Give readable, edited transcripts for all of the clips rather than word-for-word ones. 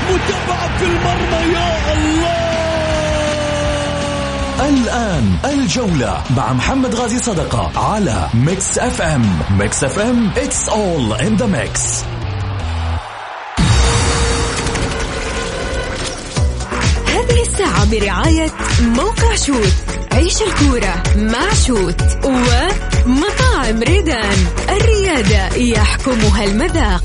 متابعة في المرمى، يا الله. الآن الجولة مع محمد غازي صدقة على ميكس اف ام. ميكس اف ام it's all in the mix. هذه الساعة برعاية موقع شوت. عيش الكورة مع شوت ومطاعم ريدان. الريادة يحكمها المذاق.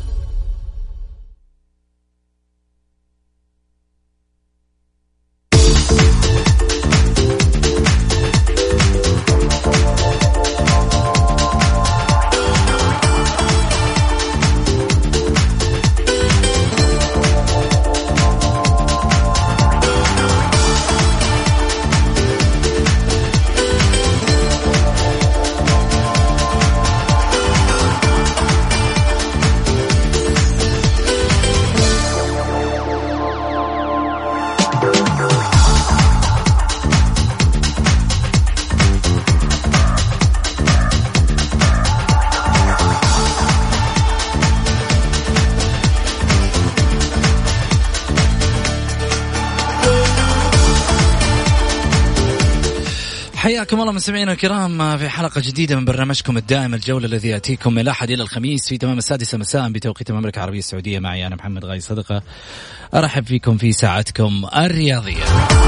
حياكم الله مستمعينا الكرام في حلقة جديدة من برنامجكم الدائم الجولة، الذي يأتيكم من الأحد إلى الخميس في تمام 6 مساء بتوقيت المملكة العربية السعودية. معي أنا محمد غازي صدقة، أرحب فيكم في ساعتكم الرياضية.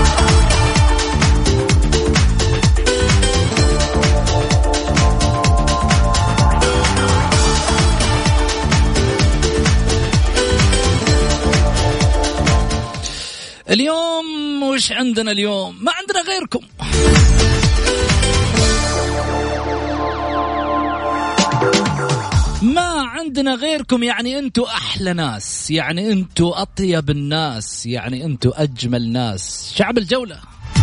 اليوم وش عندنا اليوم؟ ما عندنا غيركم. ما عندنا غيركم، يعني أنتوا أحلى ناس، يعني أنتوا أطيب الناس، يعني أنتوا أجمل ناس. شعب الجولة.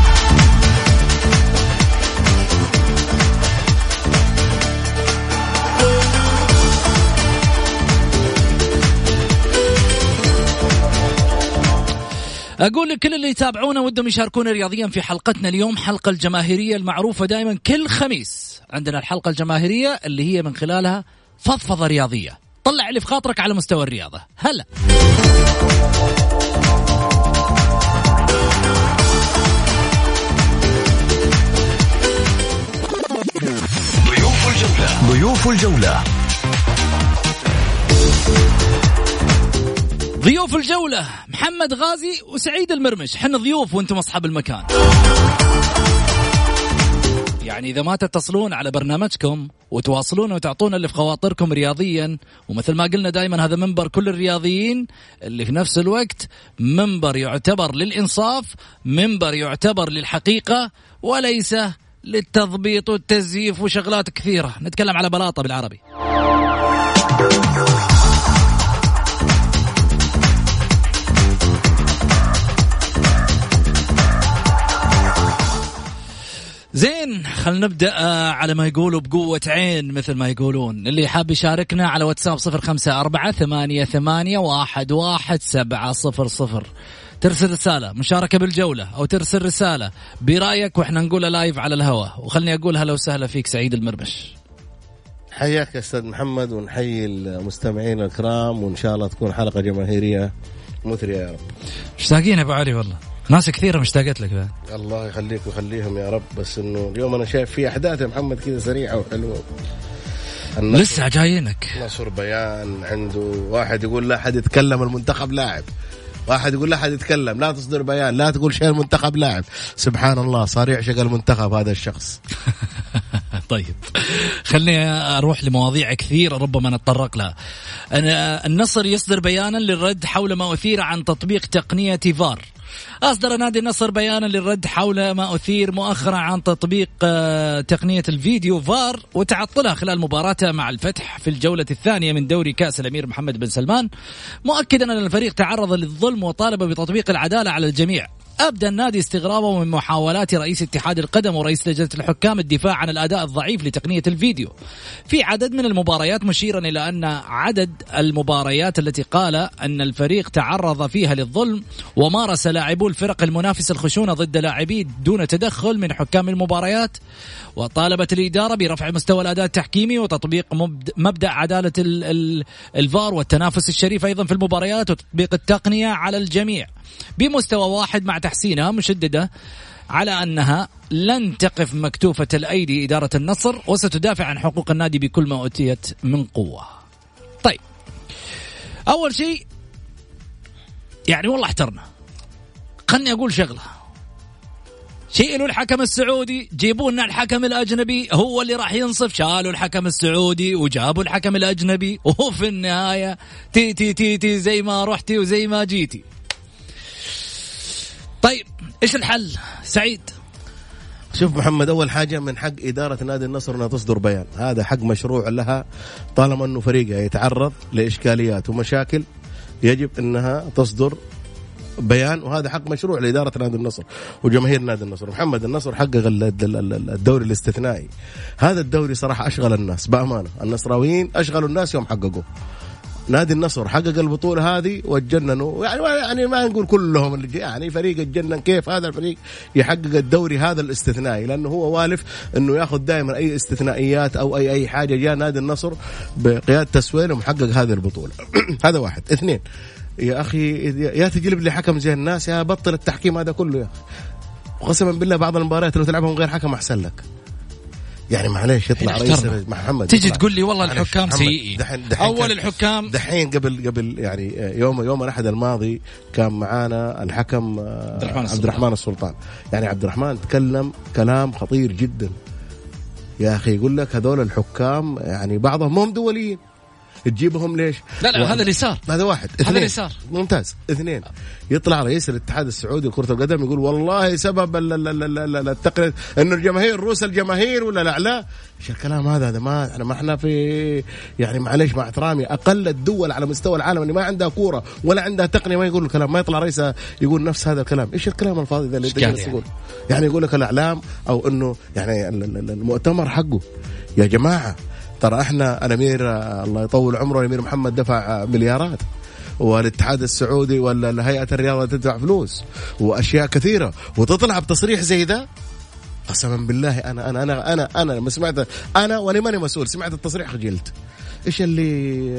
أقول لكل اللي يتابعونا ودهم يشاركونا رياضيا في حلقتنا اليوم، حلقة الجماهيرية المعروفة دائما كل خميس. عندنا الحلقة الجماهيرية اللي هي من خلالها فضفضة رياضية، طلع اللي في خاطرك على مستوى الرياضة. هلا ضيوف الجولة. ضيوف الجولة محمد غازي وسعيد المرمش، حنا ضيوف وانتم أصحاب المكان. يعني إذا ما تتصلون على برنامجكم وتواصلون وتعطونا اللي في خواطركم رياضيا، ومثل ما قلنا دائما هذا منبر كل الرياضيين، اللي في نفس الوقت منبر يعتبر للإنصاف، منبر يعتبر للحقيقة، وليس للتضبيط والتزييف وشغلات كثيرة. نتكلم على بلاطة بالعربي. زين، خلنا نبدأ على ما يقولوا بقوة عين مثل ما يقولون. اللي حاب يشاركنا على واتساب 0548811700، ترسل رسالة مشاركة بالجولة أو ترسل رسالة برأيك وإحنا نقولها لايف على الهواء. وخلني أقول هلا وسهلا فيك سعيد المرمش. حياك يا أستاذ محمد، ونحيي المستمعين الكرام، وإن شاء الله تكون حلقة جماهيرية مثرية يا رب. مشتاقين يا أبو علي، والله ناس كثيرة مشتاقت لك بقى. الله يخليك ويخليهم يا رب. بس إنه اليوم أنا شايف في أحداث يا محمد كذا سريعة وحلوة. لسه جايينك. نصر بيان عنده، واحد يقول لا حد يتكلم المنتخب لاعب، واحد يقول لا حد يتكلم، لا تصدر بيان، لا تقول شيء المنتخب لاعب. سبحان الله، صار يعشق المنتخب هذا الشخص. طيب خلني أروح لمواضيع كثيرة ربما نتطرق لها. النصر يصدر بيانا للرد حول ما أثير عن تطبيق تقنية فار. أصدر نادي النصر بيانا للرد حول ما أثير مؤخرا عن تطبيق تقنية الفيديو فار وتعطلها خلال مباراته مع الفتح في الجولة الثانية من دوري كأس الأمير محمد بن سلمان، مؤكدا أن الفريق تعرض للظلم وطالب بتطبيق العدالة على الجميع. أبدى النادي استغرابه من محاولات رئيس اتحاد القدم ورئيس لجنة الحكام الدفاع عن الأداء الضعيف لتقنية الفيديو في عدد من المباريات، مشيرا إلى أن عدد المباريات التي قال أن الفريق تعرض فيها للظلم ومارس لاعبو الفرق المنافسة الخشونة ضد لاعبيه دون تدخل من حكام المباريات. وطالبت الإدارة برفع مستوى الأداء التحكيمي وتطبيق مبدأ عدالة الفار والتنافس الشريف أيضا في المباريات وتطبيق التقنية على الجميع بمستوى واحد، مع تحسينها، مشددة على أنها لن تقف مكتوفة الأيدي إدارة النصر وستدافع عن حقوق النادي بكل ما أوتيت من قوة. طيب، أول شيء يعني والله احترنا، خلني أقول شغلة، شيلوا الحكم السعودي، جيبوا لنا الحكم الأجنبي هو اللي راح ينصف. شالوا الحكم السعودي وجابوا الحكم الأجنبي، وفي النهاية تي تي تي تي زي ما رحتي وزي ما جيتي. طيب إيش الحل سعيد؟ شوف محمد، أول حاجة من حق إدارة نادي النصر أنها تصدر بيان، هذا حق مشروع لها طالما أنه فريقها يتعرض لإشكاليات ومشاكل يجب أنها تصدر بيان، وهذا حق مشروع لإدارة نادي النصر وجماهير نادي النصر. محمد، النصر حقق الدوري الاستثنائي، هذا الدوري صراحة أشغل الناس بأمانة، النصراويين أشغلوا الناس يوم حققوا. نادي النصر حقق البطولة هذه وتجننوا، يعني ما نقول كلهم اللي يعني فريق اتجنن كيف هذا الفريق يحقق الدوري هذا الاستثنائي، لأنه هو والف إنه يأخذ دائما أي استثنائيات أو أي حاجة. جاء نادي النصر بقيادة تسويل ومحقق هذه البطولة. هذا واحد. اثنين، يا أخي يا تجلب لي حكم زي الناس، يا بطل التحكيم هذا كله يا أخي. وقسما بالله بعض المباريات لو تلعبهم غير حكم أحسن لك. يعني معليش يطلع رئيس محمد تيجي تقول لي والله الحكام سيئين. أول الحكام دحين قبل يعني يوم الأحد الماضي كان معانا الحكم عبد الرحمن السلطان. يعني عبد الرحمن تكلم كلام خطير جدا يا أخي. يقول لك هذول الحكام يعني بعضهم هم دوليين، تجيبهم ليش؟ لا هذا اللي صار. هذا واحد. هذا اللي صار. ممتاز. اثنين، يطلع رئيس الاتحاد السعودي لكرة القدم يقول والله سبب التقنية انه الجماهير رؤوس الجماهير ولا لا. ايش الكلام هذا ما احنا في يعني معليش مع احترامي اقل الدول على مستوى العالم اللي ما عندها كورة ولا عندها تقنية ما يقول الكلام، ما يطلع رئيس يقول نفس هذا الكلام. ايش الكلام الفاضي ذا اللي انت تقول؟ يعني يقول لك الاعلام او انه يعني المؤتمر حقه. يا جماعة ترى احنا الامير الله يطول عمره الامير محمد دفع مليارات، والاتحاد السعودي ولا هيئة الرياضة تدفع فلوس واشياء كثيرة، وتطلع بتصريح زي ذا. قسما بالله انا لما سمعت انا وانا ماني مسؤول، سمعت التصريح خجلت. ايش اللي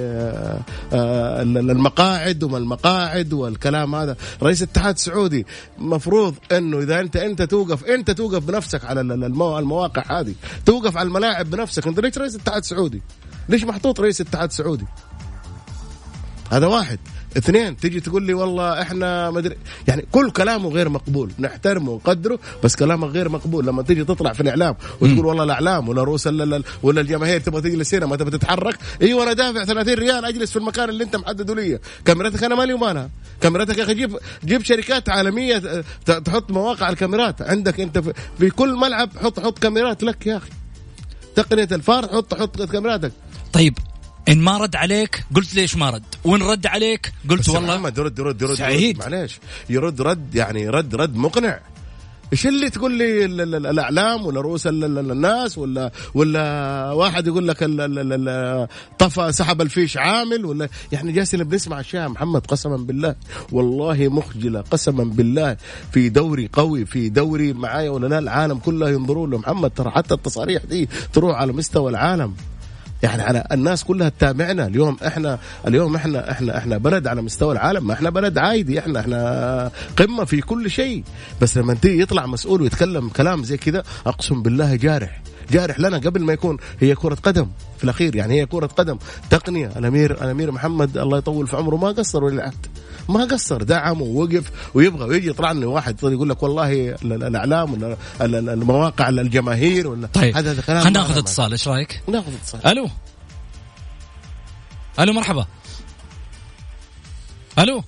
المقاعد وما المقاعد والكلام هذا؟ رئيس الاتحاد السعودي مفروض انه اذا انت توقف بنفسك على المواقع هذه، توقف على الملاعب بنفسك. انت ليش رئيس الاتحاد السعودي؟ ليش محطوط رئيس الاتحاد السعودي؟ هذا واحد. اثنين، تيجي تقول لي والله احنا مدري، يعني كل كلامه غير مقبول، نحترمه ونقدره، بس كلامه غير مقبول. لما تيجي تطلع في الاعلام وتقول والله الاعلام ولا رؤوس ولا الجماهير تبغى تجلس هنا ما تبغى تتحرك، ايوه انا دافع 30 ريال اجلس في المكان اللي انت محدده لي. كاميرتك انا مالي ومالها، كاميرتك يا اخي جيب شركات عالميه تحط مواقع الكاميرات عندك انت في كل ملعب، حط كاميرات لك يا اخي. تقنيه الفار حط كاميراتك. طيب إن ما رد عليك قلت ليش ما رد، وإن رد عليك قلت والله محمد رد سعيد. معليش يرد يعني رد مقنع. إيش اللي تقول لي الأعلام ولا رؤوس الناس ولا واحد يقول لك طفى سحب الفيش عامل ولا يعني جالسين بنسمع أشياء محمد قسما بالله والله مخجلة قسما بالله. في دوري قوي، في دوري معايا ولا لا العالم كله ينظرون له محمد. ترى حتى التصاريح دي تروح على مستوى العالم، يعني على الناس كلها تتابعنا. اليوم احنا بلد على مستوى العالم، ما احنا بلد عادي، احنا قمة في كل شيء. بس لما تيجي يطلع مسؤول ويتكلم كلام زي كذا اقسم بالله جارح لنا قبل ما يكون هي كرة قدم في الأخير. يعني هي كرة قدم تقنية. الأمير محمد الله يطول في عمره ما قصر ولا عهد، ما قصر، دعم ووقف ويبغى. ويجي يطلع لنا واحد يقول لك والله الإعلام ولا المواقع الجماهير ولا. طيب هذا كلام. خلينا ناخذ اتصال، ايش رايك؟ ناخذ اتصال. الو مرحبا. الو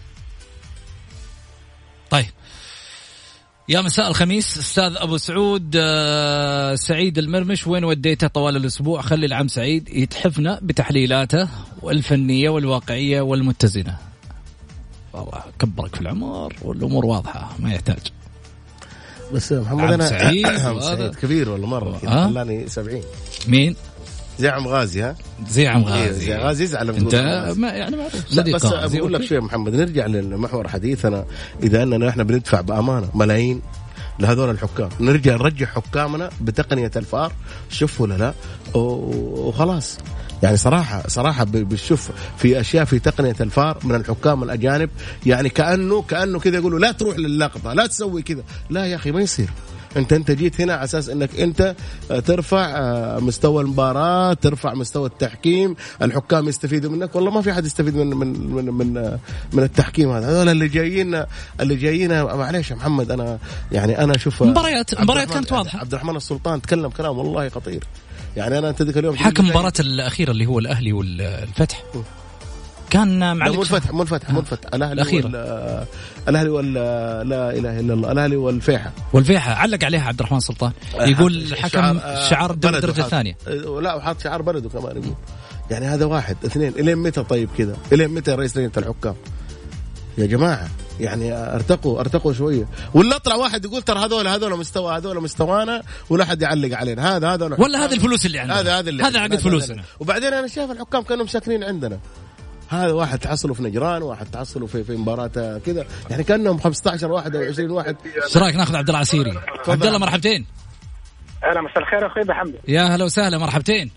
طيب يا مساء الخميس استاذ ابو سعود سعيد المرمش، وين وديته طوال الاسبوع؟ خلي العم سعيد يتحفنا بتحليلاته والفنيه والواقعيه والمتزنه. والله كبرك في العمر والأمور واضحة ما يحتاج. بس محمد أنا سعيد كبير والله مرة خلاني 70. مين؟ زي عم غازي. ها زي عم غازي. زي غازي يزعل انت ما يعني معروف. لا بس بقول لك شيء محمد، نرجع للمحور حديثنا. إذا أننا إحنا بندفع بأمانة ملايين لهذول الحكام، نرجع حكامنا بتقنية الفار، شوفوا ولا لا وخلاص. يعني صراحة بتشوف في أشياء في تقنية الفار من الحكام الأجانب، يعني كأنه كذا يقولوا لا تروح للقطة، لا تسوي كذا. لا يا أخي ما يصير. انت جيت هنا على اساس انك انت ترفع مستوى المباراة، ترفع مستوى التحكيم، الحكام يستفيدوا منك. والله ما في حد يستفيد من التحكيم هذا. هذول اللي جايين معليش يا محمد. انا اشوف مباريات كانت واضحة. عبد الرحمن السلطان تكلم كلام والله خطير. يعني انا انت ذيك اليوم حكم المباراة الأخيرة اللي هو الأهلي والفتح كان معلق. مو الفتح الأهلي ولا لا إله إلا الله، الأهلي والفيحة علق عليها عبد الرحمن السلطان، يقول الحكم شعار الدرجة الثانية، لا وحاط شعار بلده كمان يقول. يعني هذا واحد اثنين، إلى متى طيب كذا؟ إلى متى رئيس لجنة الحكام يا جماعة؟ يعني ارتقوا شوية. ولا طلع واحد يقول ترى هذول مستوانا ولا حد يعلق علينا. هذا ولا هذه الفلوس اللي عندنا، هذا عقد فلوسنا. وبعدين أنا شايف الحكام كانوا مساكنين عندنا. هذا واحد تحصلوا في نجران، واحد تحصلوا في مباراة كذا، يعني كأنهم 15 واحد أو 20 واحد. ايش رايك ناخذ عبد الله عسيري؟ عبد الله مرحبتين. اهلا مساء الخير اخوي محمد. يا هلا وسهلا مرحبتين.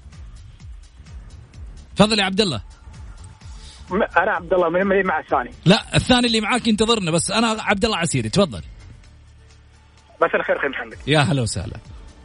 تفضل يا عبد الله. انا عبد الله من مع الثاني. لا الثاني اللي معاك ينتظرنا، بس انا عبد الله عسيري. تفضل. مساء الخير اخوي محمد. يا هلا وسهلا.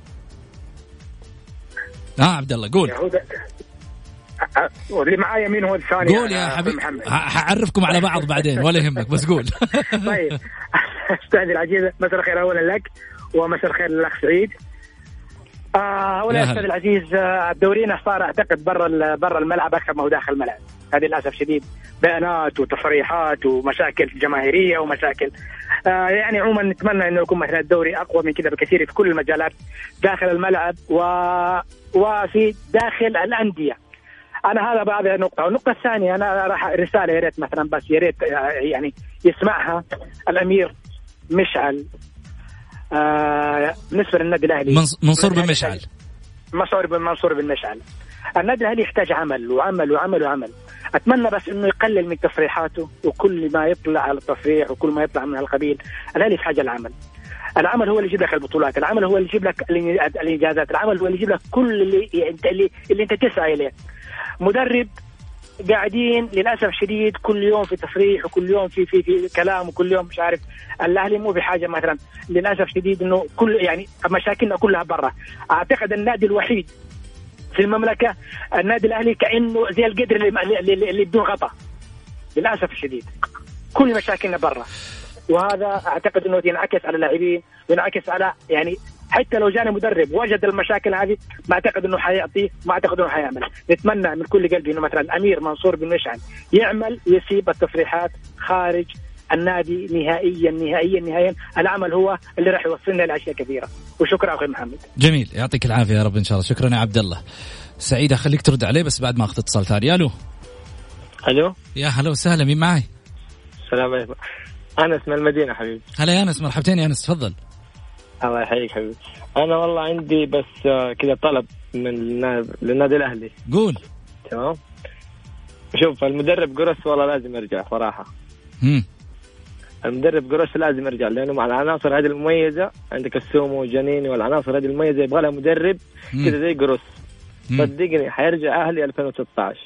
عبد الله قول. واللي معايا مين هو الثاني؟ قول يا حبيبي. هعرفكم على بعض بعدين ولا يهمك، بس قول. طيب استاذ العزيز مساء الخير اولا لك ومساء الخير للاخ سعيد. اولا استاذ العزيز دورينا صار اعتقد برا الملعب اكثر ما هو داخل الملعب. هذه للاسف شديد بيانات وتصريحات ومشاكل جماهيريه ومشاكل يعني عموما نتمنى انه يكون مثلا الدوري اقوى من كذا بكثير في كل المجالات داخل الملعب وفي داخل الانديه. أنا هذه النقطة. والنقطة الثانية أنا راح رسالة يا ريت مثلا، بس يا ريت يعني يسمعها الأمير مشعل بالنسبة للنادي الأهلي. منصور بن مشعل. منصور بن مشعل. النادي الأهلي يحتاج عمل وعمل وعمل وعمل. أتمنى بس إنه يقلل من تصريحاته، وكل ما يطلع على التصريح وكل ما يطلع من القبيل. الأهلي في حاجة العمل. العمل هو اللي يجيب لك البطولات، العمل هو اللي يجيب لك الإنجازات، العمل هو اللي يجيب لك كل اللي أنت تسعى إليه. مدرب قاعدين للأسف شديد كل يوم في تصريح وكل يوم في كلام وكل يوم مش عارف. الأهلي مو بحاجة مثلا للأسف شديد إنه كل يعني مشاكلنا كلها برا. أعتقد النادي الوحيد في المملكة النادي الأهلي كأنه زي القدر اللي بدون غطاء للأسف الشديد. كل مشاكلنا برا، وهذا أعتقد إنه ينعكس على اللاعبين وينعكس على يعني حتى لو جانا مدرب وجد المشاكل هذه ما أعتقد إنه حيعطيه، ما أعتقد إنه حيعمل. نتمنى من كل قلبي إنه مثلا الأمير منصور بن مشعل يعمل ويسيب التصريحات خارج النادي نهائيا. العمل هو اللي راح يوصلنا لأشياء كثيرة. وشكرا أخي محمد. جميل، يعطيك العافية يا رب إن شاء الله. شكرا يا عبد الله. سعيد أخليك ترد عليه بس بعد ما أخذ اتصال ثاني. ألو يا هلا وسهلا. مين معي؟ السلام عليكم. أنس من المدينة حبيبي. هلا يا أنس مرحبتين يا أنس. تفضل. الله يحييك حبيبي. أنا والله عندي بس كذا طلب من للنادي الأهلي. قول. تمام. شوف المدرب قرص والله لازم يرجع صراحة. المدرب قرص لازم يرجع لأنه مع العناصر هذه المميزة، عندك السومو وجنيني والعناصر هذه المميزة يبغى لها مدرب كذا زي قرص. صدقني حيرجع أهلي 2016.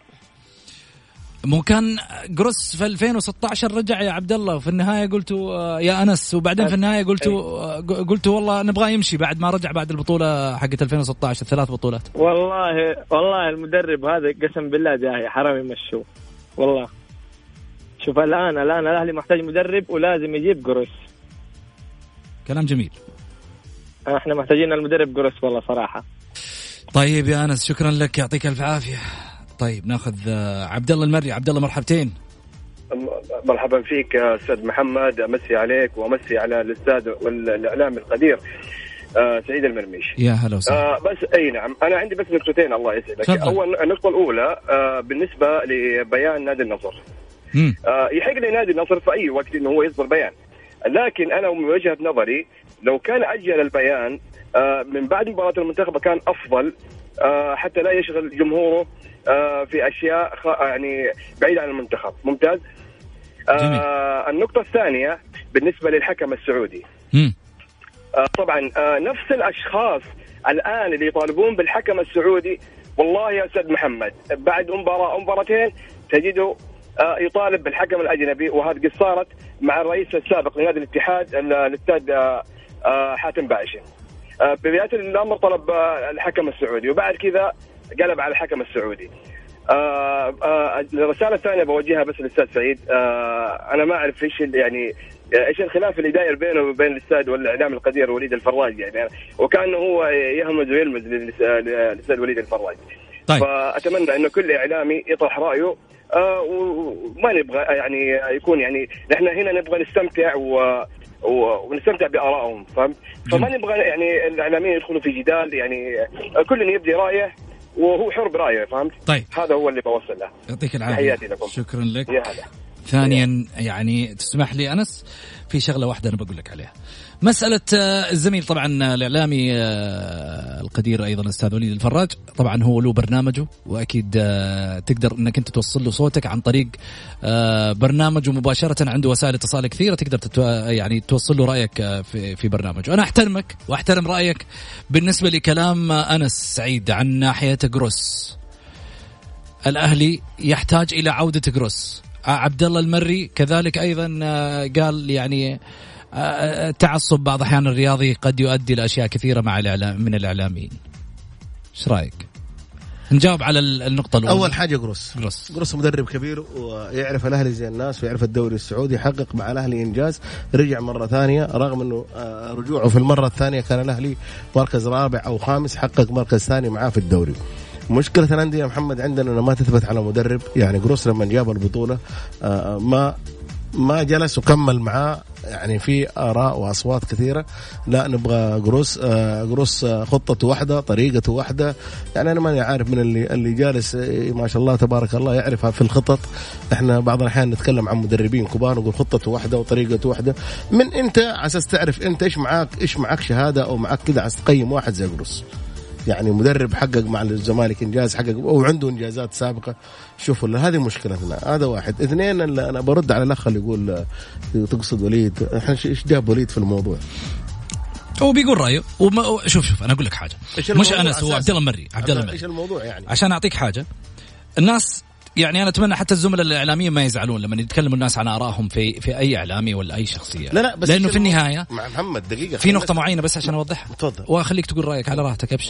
مو كان قرص في 2016 رجع يا عبد الله وفي النهاية قلتوا يا أنس، وبعدين في النهاية قلتوا والله نبغى يمشي بعد ما رجع بعد البطولة حقت 2016 3 بطولات. والله المدرب هذا قسم بالله جاهي حرام يمشوه والله. شوف الآن الأهلي محتاج مدرب ولازم يجيب قرص. كلام جميل. احنا محتاجين المدرب قرص والله صراحة. طيب يا أنس شكرا لك، يعطيك الف عافية. طيب ناخذ عبد الله المري. عبد الله مرحبتين. مرحبا فيك يا استاذ محمد، امسي عليك وامسي على الاستاذ والاعلام القدير سعيد المرميش. يا هلا وسهلا. بس اي نعم، انا عندي بس نقطتين الله يسعدك. اول النقطه الاولى بالنسبه لبيان نادي النصر. يحق لنادي النصر في اي وقت انه هو يصدر بيان، لكن انا من وجهة نظري لو كان اجل البيان من بعد مباراة المنتخب كان افضل، حتى لا يشغل جمهوره في اشياء يعني بعيدة عن المنتخب. ممتاز. النقطة الثانية بالنسبة للحكم السعودي، طبعا نفس الاشخاص الان اللي يطالبون بالحكم السعودي، والله يا استاذ محمد بعد مباراة او مباراتين تجده يطالب بالحكم الاجنبي، وهذا قد صارت مع الرئيس السابق لنادي الاتحاد الاستاذ حاتم باشا. ببداية الامر طلب الحكم السعودي، وبعد كذا قلب على الحكم السعودي. الرسالة الثانية بوجهها بس للأستاذ سعيد، أنا ما أعرف إيش الخلاف اللي داير بينه وبين الأستاذ والإعلام القدير وليد الفراج، يعني وكأنه هو يهمز ويلمز للأستاذ وليد الفراج. طيب. فأتمنى إنه كل إعلامي يطرح رأيه، وما نبغى يعني يكون يعني نحن هنا نبغى نستمتع ونستمتع بآرائهم، فما نبغى يعني الإعلاميين يدخلوا في جدال، يعني كل يبدي رأيه وهو حر برأيه، فهمت؟ طيب. هذا هو اللي بوصل له. يعطيك العافية. شكرا لك. يا هلا. ثانيا يعني تسمح لي أنس في شغلة واحدة أنا بقول لك عليها، مسألة الزميل طبعا الإعلامي القدير أيضا الأستاذ وليد الفراج، طبعا هو له برنامجه، وأكيد تقدر أنك أنت توصل له صوتك عن طريق برنامجه مباشرة، عنده وسائل اتصال كثيرة تقدر يعني توصل له رأيك في برنامجه. أنا أحترمك وأحترم رأيك بالنسبة لكلام أنس سعيد عن ناحية جروس. الأهلي يحتاج إلى عودة جروس. عبد الله المري كذلك أيضا قال يعني التعصب بعض الأحيان الرياضي قد يؤدي لأشياء كثيرة مع من الإعلاميين. إيش رأيك؟ نجاوب على النقطة الأولى. أول حاجة جروس مدرب كبير ويعرف الأهلي زي الناس ويعرف الدوري السعودي، حقق مع الأهلي إنجاز، رجع مرة ثانية رغم أنه رجوعه في المرة الثانية كان الأهلي مركز رابع أو خامس، حقق مركز ثاني معاه في الدوري. مشكلة الأندية يا محمد عندنا أنه ما تثبت على مدرب، يعني جروس لما جاب البطولة ما جلس وكمل معاه، يعني في آراء وأصوات كثيرة لا نبغى جروس خطته واحدة طريقته واحدة، يعني أنا ماني عارف من اللي جالس ما شاء الله تبارك الله يعرف في الخطط. إحنا بعض الأحيان نتكلم عن مدربين كبار نقول خطته واحدة وطريقته واحدة، من أنت عساس تعرف أنت إيش معك شهادة أو معك كذا عساس تقيم واحد زي جروس، يعني مدرب حقق مع الزمالك إنجاز، حقق وعنده إنجازات سابقة. شوفوا هذه مشكلتنا، هذا واحد. اثنين أنا برد على الأخ اللي يقول تقصد وليد، إيش جاب وليد في الموضوع؟ هو بيقول رأيه شوف أنا أقول لك حاجة، مش أنس، هو عبد الله المري. إيش الموضوع يعني؟ عشان أعطيك حاجة، الناس يعني أنا أتمنى حتى الزملاء الإعلاميين ما يزعلون لما يتكلموا الناس عن آرائهم في أي إعلامي ولا أي شخصية. لا بس لأنه في النهاية مع محمد دقيقة في نقطة معينة بس عشان أوضحها، تفضل وأخليك تقول رأيك على راحتك أبشر.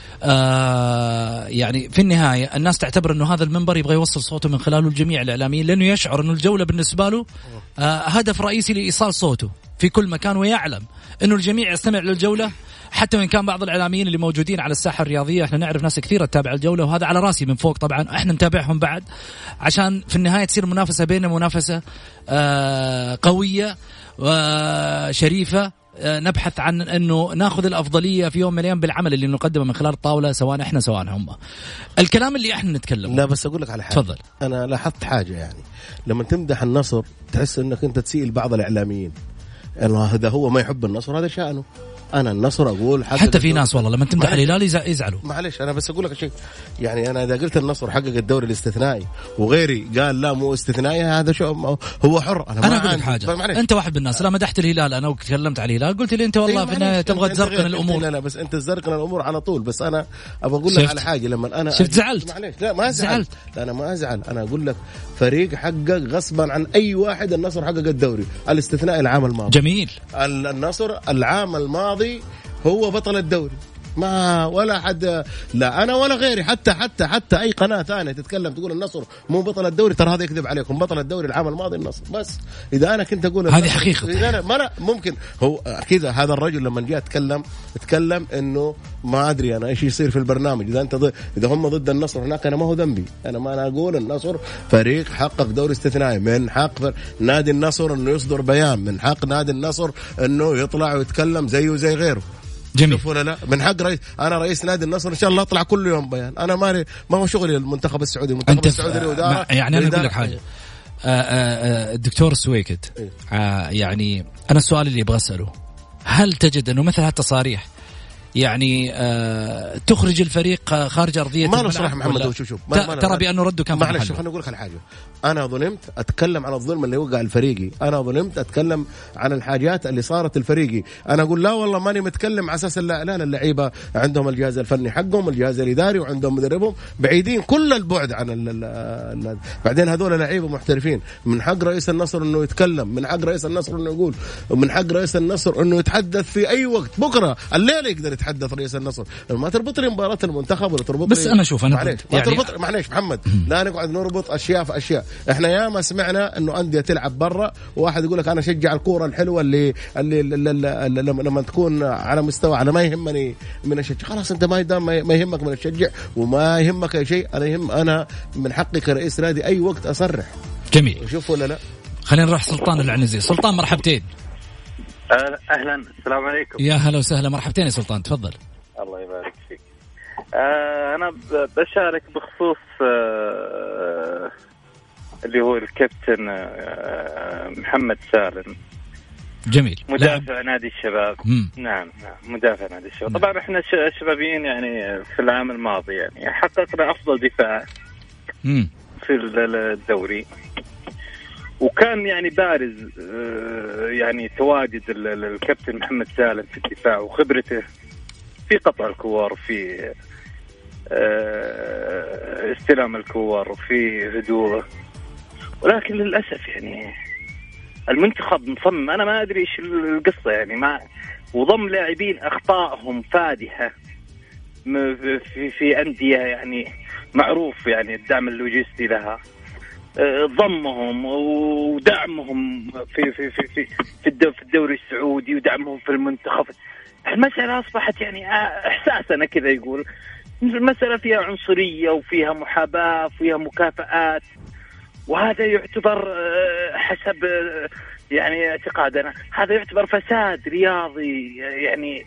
يعني في النهاية الناس تعتبر أنه هذا المنبر يبغى يوصل صوته من خلاله الجميع الإعلاميين، لأنه يشعر أنه الجولة بالنسبة له هدف رئيسي لإيصال صوته في كل مكان، ويعلم أنه الجميع يستمع للجولة، حتى وإن كان بعض الإعلاميين اللي موجودين على الساحة الرياضية احنا نعرف ناس كثيرة تتابع الجولة، وهذا على راسي من فوق طبعا، احنا نتابعهم بعد عشان في النهاية تصير منافسة بيننا، منافسة قوية وشريفة، نبحث عن أنه ناخذ الأفضلية في يوم من الأيام بالعمل اللي نقدمه من خلال الطاولة، سواء إحنا سواء هم. الكلام اللي إحنا نتكلم. لا بس أقول لك على حاجة. تفضل. أنا لاحظت حاجة، يعني لما تمدح النصر تحس أنك أنت تسيء بعض الإعلاميين، أنه هذا هو ما يحب النصر، هذا شأنه. أنا النصر أقول حتى في ناس والله لما تمدح الهلال يزعلوا. معلش أنا بس أقول لك شيء، يعني أنا إذا قلت النصر حقق الدوري الاستثنائي وغيري قال لا مو استثنائي، هذا شو هو حر. أنا أقول لك حاجة، أنت واحد من الناس لا مدحت الهلال، أنا وتكلمت على الهلال قلت لي أنت والله في النهاية تبغى تزرقن الأمور. لا بس أنت تزرقن الأمور على طول، بس أنا أبغى أقول لك على حاجة. لما أنا شفت زعلت؟ معلش لا ما زعلت. لا أنا ما أزعل، أنا أقول لك فريق حقق غصبا عن أي واحد، النصر حقق الدوري الاستثنائي العام الماضي. جميل. النصر العام الماضي هو بطل الدوري، ما ولا حد، لا أنا ولا غيري، حتى أي قناة ثانية تتكلم تقول النصر مو بطل الدوري، ترى هذا يكذب عليكم. بطل الدوري العام الماضي النصر. بس إذا أنا كنت أقول هذه حقيقة، ما ممكن هو كذا. هذا الرجل لما جاء تكلم إنه ما أدري أنا إيش يصير في البرنامج، إذا هم ضد النصر هناك، أنا ما هو ذنبي. أنا أقول النصر فريق حقق دوري استثنائي، من حق نادي النصر إنه يصدر بيان، من حق نادي النصر إنه يطلع ويتكلم زيه زي غيره. جميل. ولا لا من حق أنا رئيس نادي النصر إن شاء الله أطلع كل يوم بيان. أنا ما هو شغلي المنتخب السعودي، المنتخب السعودي له إدارة. يعني أنا أقول لك حاجة، الدكتور سويكد يعني أنا السؤال اللي أبغى أسأله، هل تجد أنه مثل هالتصاريح يعني تخرج الفريق خارج أرضية الملعب؟ ما نصرح محمد، شوف ترى بأنه رده كان معلش. خليني أقول لك على حاجة، أنا ظلمت أتكلم عن الظلم اللي وقع الفريقي، أنا ظلمت أتكلم عن الحاجات اللي صارت الفريقي، أنا أقول لا والله ماني متكلم على أساس لا اللعيبة عندهم الجهاز الفني حقهم، الجهاز الإداري، وعندهم مدربهم بعيدين كل البعد عن بعدين هذول لعيبة محترفين، من حق رئيس النصر إنه يتكلم، من حق رئيس النصر إنه يقول، ومن حق رئيس النصر إنه يتحدث في أي وقت، بكرة الليلة يقدر يتحدث رئيس النصر. ما تربط لي مباراة المنتخب ولا تربط بس أنا شوف معليش معليش محمد، لا نقعد نربط أشياء في أشياء. إحنا ياما سمعنا إنه أندية تلعب برا، وواحد يقول لك أنا شجع الكورة الحلوة اللي لما تكون على مستوى، أنا ما يهمني من الشجع، خلاص أنت ما يهمك من الشجع وما يهمك أي شيء، أنا من حقي كرئيس نادي أي وقت أصرح. جميل، شوف ولا لا. خلينا نروح سلطان العنزي. سلطان مرحبتين. أهلا، السلام عليكم. يا هلا وسهلا، مرحبتين يا سلطان، تفضل. الله يبارك فيك. أنا بشارك بخصوص اللي هو الكابتن محمد سالم. جميل، مدافع نادي الشباب. نعم مدافع نادي الشباب. طبعا احنا شبابيين يعني في العام الماضي يعني حققنا أفضل دفاع في الدوري، وكان يعني بارز يعني تواجد الكابتن محمد سالم في الدفاع وخبرته في قطع الكور، في استلام الكور، وفي هدوء. ولكن للأسف يعني المنتخب مصمم، أنا ما أدري إيش القصة يعني، وضم لاعبين أخطائهم فادحة في أندية يعني معروف يعني الدعم اللوجستي لها، ضمهم ودعمهم في الدوري السعودي ودعمهم في المنتخب. المسألة أصبحت يعني إحساسنا كذا يقول المسألة فيها عنصرية وفيها محاباة وفيها مكافآت، وهذا يعتبر حسب يعني اعتقادنا هذا يعتبر فساد رياضي يعني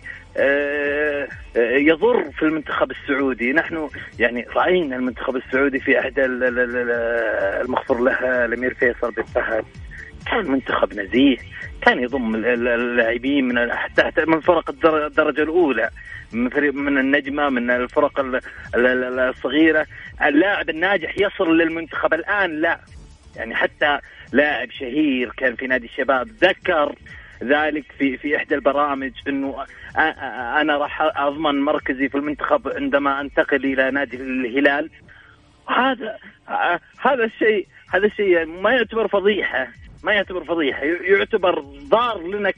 يضر في المنتخب السعودي. نحن يعني رأينا المنتخب السعودي في أحد المغفر له الأمير فيصل بن فهد، كان منتخب نزيه، كان يضم اللاعبين من فرق الدرجة الأولى، من النجمة، من الفرق الصغيرة. اللاعب الناجح يصل للمنتخب. الآن لا، يعني حتى لاعب شهير كان في نادي الشباب ذكر ذلك في إحدى البرامج إنه أنا راح أضمن مركزي في المنتخب عندما أنتقل إلى نادي الهلال. هذا الشيء ما يعتبر فضيحة، ما يعتبر فضيحة، يعتبر ضار لنا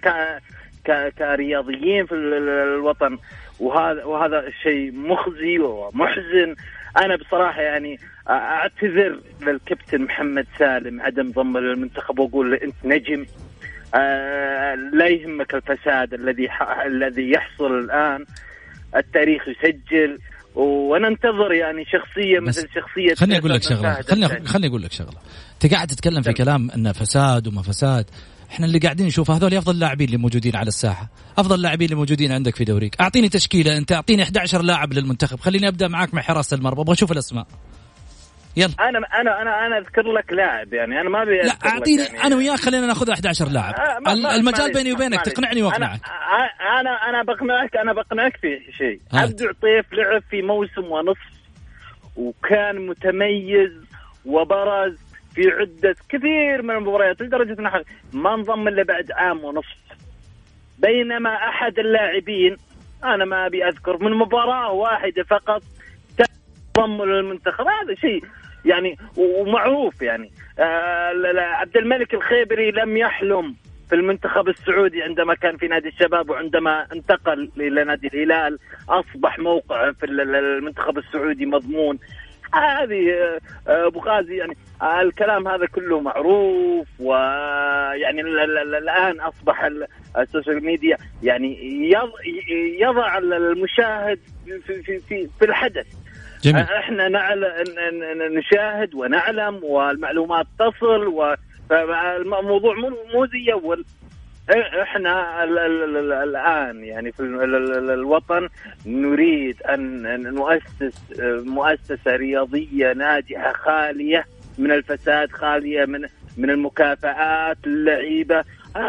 كرياضيين في الوطن، وهذا الشيء مخزي ومحزن. أنا بصراحة يعني أعتذر للكابتن محمد سالم عدم ضم المنتخب، وأقول أنت نجم، لا يهمك الفساد الذي يحصل الآن، التاريخ يسجل، وننتظر يعني شخصية مثل شخصية. خلني أقول لك شغلة، خلني أقول لك شغلة. أنت قاعد تتكلم في كلام إنه فساد وما فساد، إحنا اللي قاعدين نشوف هذول أفضل لاعبين اللي موجودين على الساحة، أفضل لاعبين اللي موجودين عندك في دوريك. أعطيني تشكيلة، أنت أعطيني 11 لاعب للمنتخب، خليني أبدأ معاك مع حراسة المرمى، أبغى أشوف الأسماء. يلا. أنا أذكر لك لاعب، يعني أنا ما أبي. لا أعطيني يعني أنا وياك، خلينا ناخذ 11 لاعب. المجال بيني وبينك، تقنعني واقنعك. أنا بقنعك في شيء. عبد العطيف لعب في موسم ونصف وكان متميز وبرز في عدة كثير من المباريات، لدرجة أنه ما انضم إلا بعد عام ونصف، بينما أحد اللاعبين أنا ما أبي أذكر من مباراة واحدة فقط ضم للمنتخب. هذا شيء يعني ومعروف يعني. عبد الملك الخيبري لم يحلم في المنتخب السعودي عندما كان في نادي الشباب، وعندما انتقل إلى نادي الهلال أصبح موقعه في المنتخب السعودي مضمون. هذه أبو غازي يعني الكلام هذا كله معروف، ويعني الآن أصبح السوشيال ميديا يعني يضع المشاهد في الحدث. جميل. احنا نشاهد ونعلم والمعلومات تصل، والموضوع مو زي اول. احنا الان يعني في الوطن نريد ان نؤسس مؤسسة رياضية ناجحة خالية من الفساد، خالية من المكافآت اللعيبة.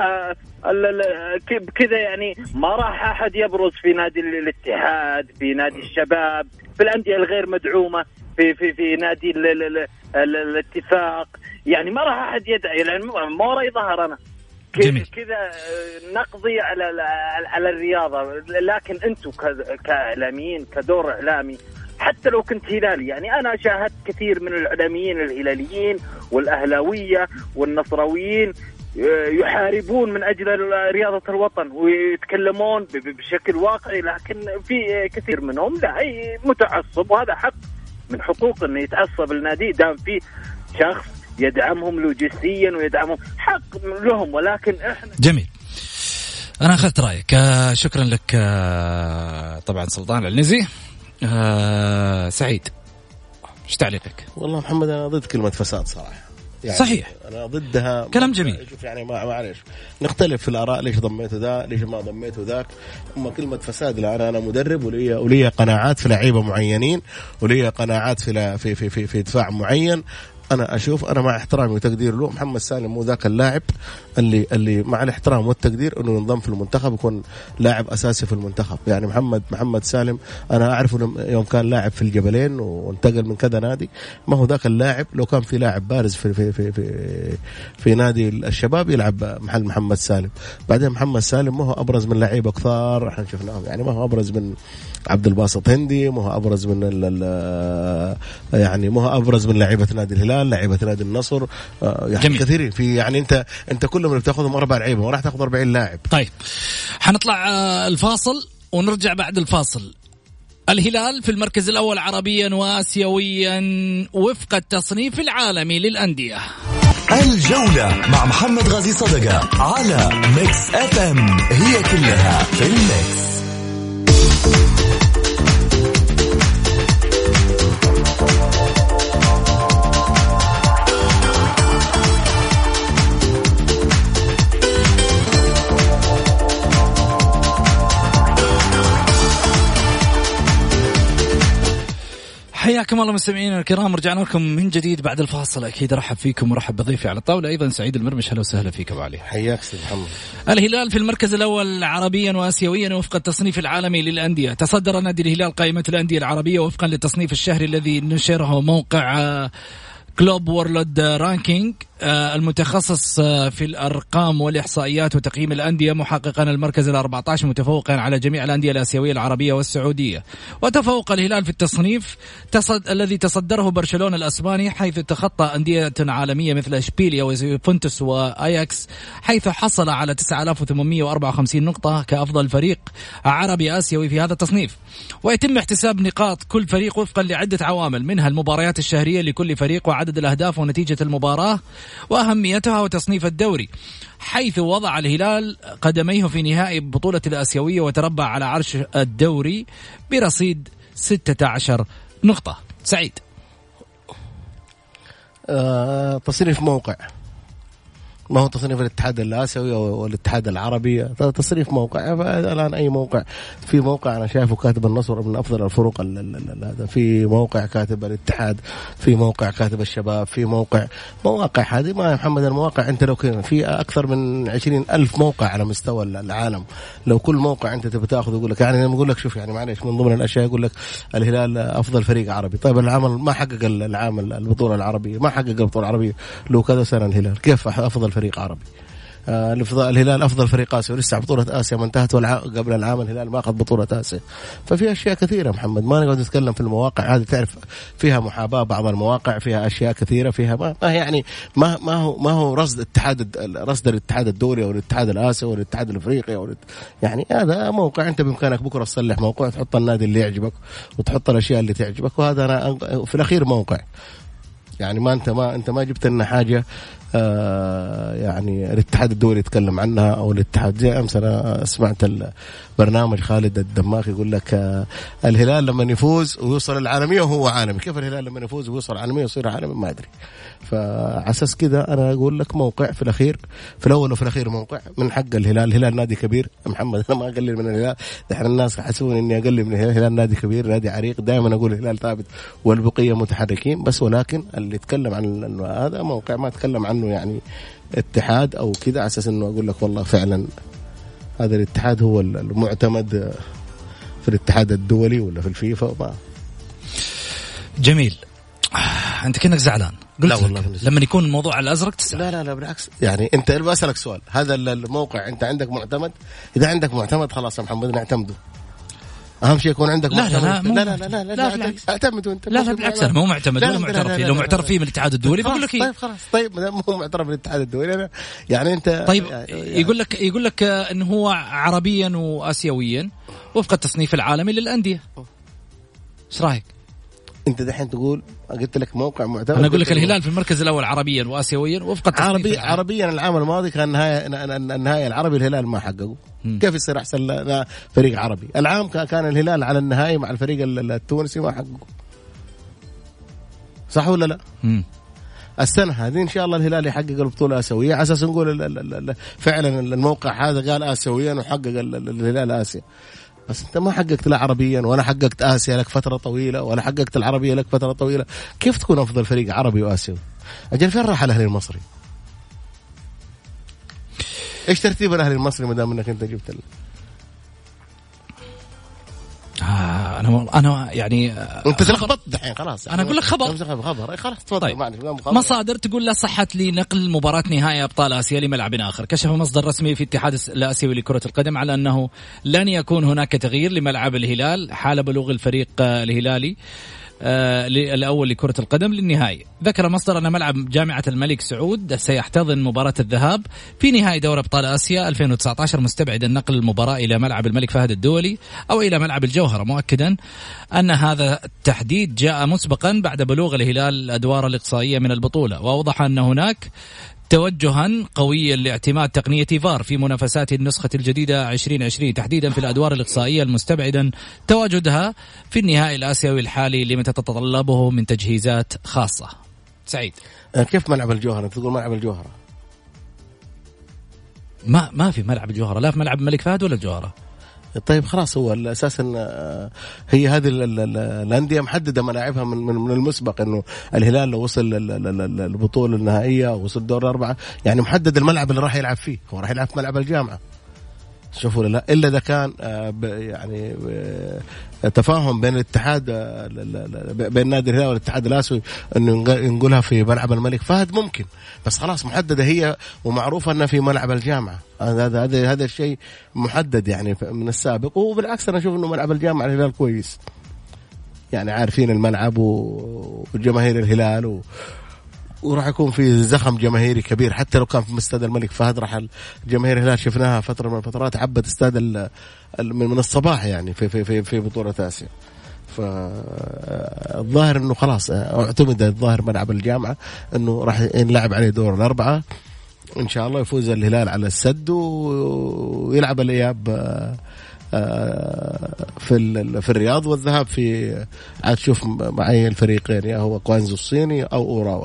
كذا يعني ما راح أحد يبرز في نادي الاتحاد، في نادي الشباب، في الأندية الغير مدعومة، في نادي الاتفاق. يعني ما راح أحد يدعي لأن ما راح يظهر. أنا كذا نقضي على الرياضة. لكن أنتم كإعلاميين، كدور إعلامي، حتى لو كنت هلالي، يعني أنا شاهدت كثير من الإعلاميين الهلاليين والأهلاوية والنصراويين يحاربون من أجل رياضة الوطن ويتكلمون بشكل واقعي، لكن في كثير منهم لا متعصب، وهذا حق من حقوق أنه يتعصب النادي دام في شخص يدعمهم لوجستيا ويدعمهم، حق لهم. ولكن إحنا جميل، أنا أخذت رأيك، شكرا لك. طبعا سلطان العنزي. سعيد، ايش تعليقك؟ والله محمد أنا ضد كلمة فساد صراحة. يعني صحيح، أنا ضدها. كلام جميل. شوف يعني معليش نختلف في الآراء، ليش ضميته ذا ليش ما ضميته ذاك. أما كلمة فساد، لا أنا مدرب ولي قناعات في لعيبة معينين، ولي قناعات في دفاع معين. أنا أشوف، أنا مع احترامي وتقدير له، محمد سالم مو ذاك اللاعب اللي مع الاحترام والتقدير إنه ينضم في المنتخب يكون لاعب أساسي في المنتخب. يعني محمد سالم أنا أعرفه يوم كان لاعب في الجبلين وانتقل من كذا نادي، ما هو ذاك اللاعب. لو كان في لاعب بارز في نادي الشباب يلعب محل محمد سالم. بعدين محمد سالم ما هو أبرز من لعيبة كثار احنا شفناهم، يعني ما هو أبرز من عبد الباسط هندي، ما هو أبرز من يعني ما هو أبرز من لعيبة نادي الهلال، لعيبة نادي النصر، يعني كثيرين في. يعني انت كل من بتاخذهم 4 لعيبه وراح تاخذ 40 لاعب. طيب حنطلع الفاصل ونرجع بعد الفاصل. الهلال في المركز الأول عربيا وآسيويا وفق التصنيف العالمي للأندية. الجولة مع محمد غازي صدقة على ميكس اف ام، هي كلها في الميكس. حياكم الله مستمعينا الكرام، رجعنا لكم من جديد بعد الفاصل. أكيد رحب فيكم ورحب بضيفي على الطاولة أيضا سعيد المرمش. هلا وسهلا فيك أبو علي. حياك سيد محمد. الهلال في المركز الأول عربيا وآسيويا وفق التصنيف العالمي للأندية. تصدر نادي الهلال قائمة الأندية العربية وفقا للتصنيف الشهري الذي نشره موقع كلوب وورلد رانكينج المتخصص في الأرقام والإحصائيات وتقييم الأندية، محققا المركز ال14 متفوقا على جميع الأندية الآسيوية العربية والسعودية. وتفوق الهلال في التصنيف الذي تصدره برشلونة الأسباني، حيث تخطى أندية عالمية مثل إشبيليا ويوفنتوس وآياكس، حيث حصل على 9854 نقطة كأفضل فريق عربي آسيوي في هذا التصنيف. ويتم احتساب نقاط كل فريق وفقا لعدة عوامل، منها المباريات الشهرية لكل فريق وعدد الأهداف ونتيجة المباراة وأهميتها وتصنيف الدوري، حيث وضع الهلال قدميه في نهائي بطولة الآسيوية وتربع على عرش الدوري برصيد 16 نقطة. سعيد، تصنيف موقع، ما هو تصنيف الاتحاد الآسيوي والاتحاد العربي، تصنيف موقع. الآن أي موقع، في موقع أنا شايفه كاتب النصر من أفضل الفرق، في موقع كاتب الاتحاد، في موقع كاتب الشباب، في مواقع هذه ما محمد المواقع. أنت لو كان في أكثر من 20,000 موقع على مستوى العالم، لو كل موقع أنت تبي تأخذ يقول لك، يعني لما يقول لك شوف يعني معلش من ضمن الأشياء يقول لك الهلال أفضل فريق عربي. طيب العمل ما حقق العام البطولة العربية، ما حقق البطولة العربية لو كذا سنة الهلال، كيف أفضل فريق عربي؟ الهلال أفضل فريق آسيا، ولسه بطولة آسيا ما انتهت قبل العام الهلال ما أخذ بطولة آسيا. ففي أشياء كثيرة محمد ما نقعد نتكلم في المواقع هذه، تعرف فيها محاباة، بعض المواقع فيها أشياء كثيرة، فيها ما يعني ما هو رصد الاتحاد الدولي أو الاتحاد الآسيوي أو الاتحاد الأفريقي يعني هذا موقع أنت بإمكانك بكرة تصلح موقع، تحط النادي اللي يعجبك وتحط الأشياء اللي تعجبك، وهذا أنا في الأخير موقع. يعني انت ما جبت لنا حاجه يعني الاتحاد الدولي يتكلم عنها او الاتحاد. زي امس انا سمعت البرنامج خالد الدماغ يقول لك الهلال لما يفوز ويوصل العالميه وهو عالمي. كيف الهلال لما يفوز ويوصل العالميه ويصير عالمي؟ ما ادري. فعساس كذا أنا أقول لك موقع في الأخير، في الأول وفي الأخير موقع من حق الهلال نادي كبير. محمد أنا ما أقلل من الهلال، دحين الناس يحسبون إني أقلل من الهلال نادي كبير نادي عريق، دائما أقول الهلال ثابت والبقية متحركين بس، ولكن اللي يتكلم عن هذا موقع ما أتكلم عنه يعني اتحاد أو كذا على أساس إنه أقول لك والله فعلا هذا الاتحاد هو المعتمد في الاتحاد الدولي ولا في الفيفا. ما جميل. أنت كأنك زعلان. لا والله لما يكون الموضوع على الأزرق تسأل. لا بالعكس، يعني أنت بسألك سؤال، هذا الموقع أنت عندك معتمد؟ إذا عندك معتمد خلاص يا محمد نعتمده. أهم شيء يكون عندك معتمد. لا اعتمدوا أنت. لا بالعكس أنا مو معتمد ولا معترف فيه. لو معترف فيه من الاتحاد الدولي بقول لك طيب خلاص. طيب مو معترف بالاتحاد الدولي يعني أنت طيب يقول لك إنه هو عربيا وآسيويا وفق التصنيف العالمي للأندية. إيش رأيك؟ انت دحين تقول قلت لك موقع معتمد. انا اقول لك الهلال في المركز الاول عربيا واسيويا وفق التصنيف عربيا العام الماضي كان النهائي العربي الهلال ما حققه. كيف يصير احسن فريق عربي؟ العام كان الهلال على النهائي مع الفريق التونسي ما حققه، صح ولا لا؟ السنه هذه ان شاء الله الهلال يحقق البطوله الاسيويه على اساس نقول فعلا الموقع هذا قال اسيويا وحقق الهلال اسيا. بس انت ما حققت لا عربيا ولا حققت اسيا لك فتره طويله ولا حققت العربيه لك فتره طويله، كيف تكون افضل فريق عربي واسيوي؟ اجل فين راح الاهلي المصري؟ ايش ترتيب الاهلي المصري ما دام انك انت جبت انا يعني انت تلخبط دحين خلاص. انا اقول لك خبر خلاص تفضل. طيب. مصادر تقول لا صحة لنقل مباراة نهائي ابطال اسيا لملعب اخر. كشف مصدر رسمي في الاتحاد الاسيوي لكرة القدم على انه لن يكون هناك تغيير لملعب الهلال حال بلوغ الفريق الهلالي الأول لكرة القدم للنهائي. ذكر مصدر أن ملعب جامعة الملك سعود سيحتضن مباراة الذهاب في نهائي دوري أبطال آسيا 2019 مستبعدا نقل المباراة إلى ملعب الملك فهد الدولي أو إلى ملعب الجوهرة، مؤكدا أن هذا التحديد جاء مسبقا بعد بلوغ الهلال الأدوار الإقصائية من البطولة. وأوضح أن هناك توجها قويا لاعتماد تقنية فار في منافسات النسخة الجديدة 2020 تحديدا في الأدوار الإقصائية المستبعدا تواجدها في النهائي الآسيوي الحالي لما تتطلبه من تجهيزات خاصة. سعيد كيف ملعب الجوهرة؟ تقول ملعب الجوهرة ما في ملعب الجوهرة، لا في ملعب الملك فهد ولا الجوهرة. طيب خلاص هو اساسا هي هذه الانديه محدده ملاعبها من المسبق، انه الهلال لو وصل البطوله النهائيه او وصل دور الاربعه يعني محدد الملعب اللي راح يلعب فيه، هو راح يلعب في ملعب الجامعه. شوفوا لا الا اذا كان يعني تفاهم بين الاتحاد بين نادي الهلال والاتحاد الاسيوي انه ينقلها في ملعب الملك فهد ممكن، بس خلاص محدده هي ومعروفه انها في ملعب الجامعه. هذا الشيء محدد يعني من السابق. وبالعكس انا اشوف انه ملعب الجامعه الهلال كويس، يعني عارفين الملعب وجماهير الهلال وراح يكون في زخم جماهيري كبير. حتى لو كان في استاد الملك فهد راح الجماهير الهلال شفناها فترة من الفترات عبت استاد من الصباح يعني في بطولة آسيا. فالظاهر انه خلاص اعتمد الظاهر ملعب الجامعة انه راح ينلعب عليه دور الأربعة ان شاء الله. يفوز الهلال على السد ويلعب الإياب في الرياض والذهاب في عاد تشوف معي الفريقين يا هو كوانزو الصيني او اوراوا.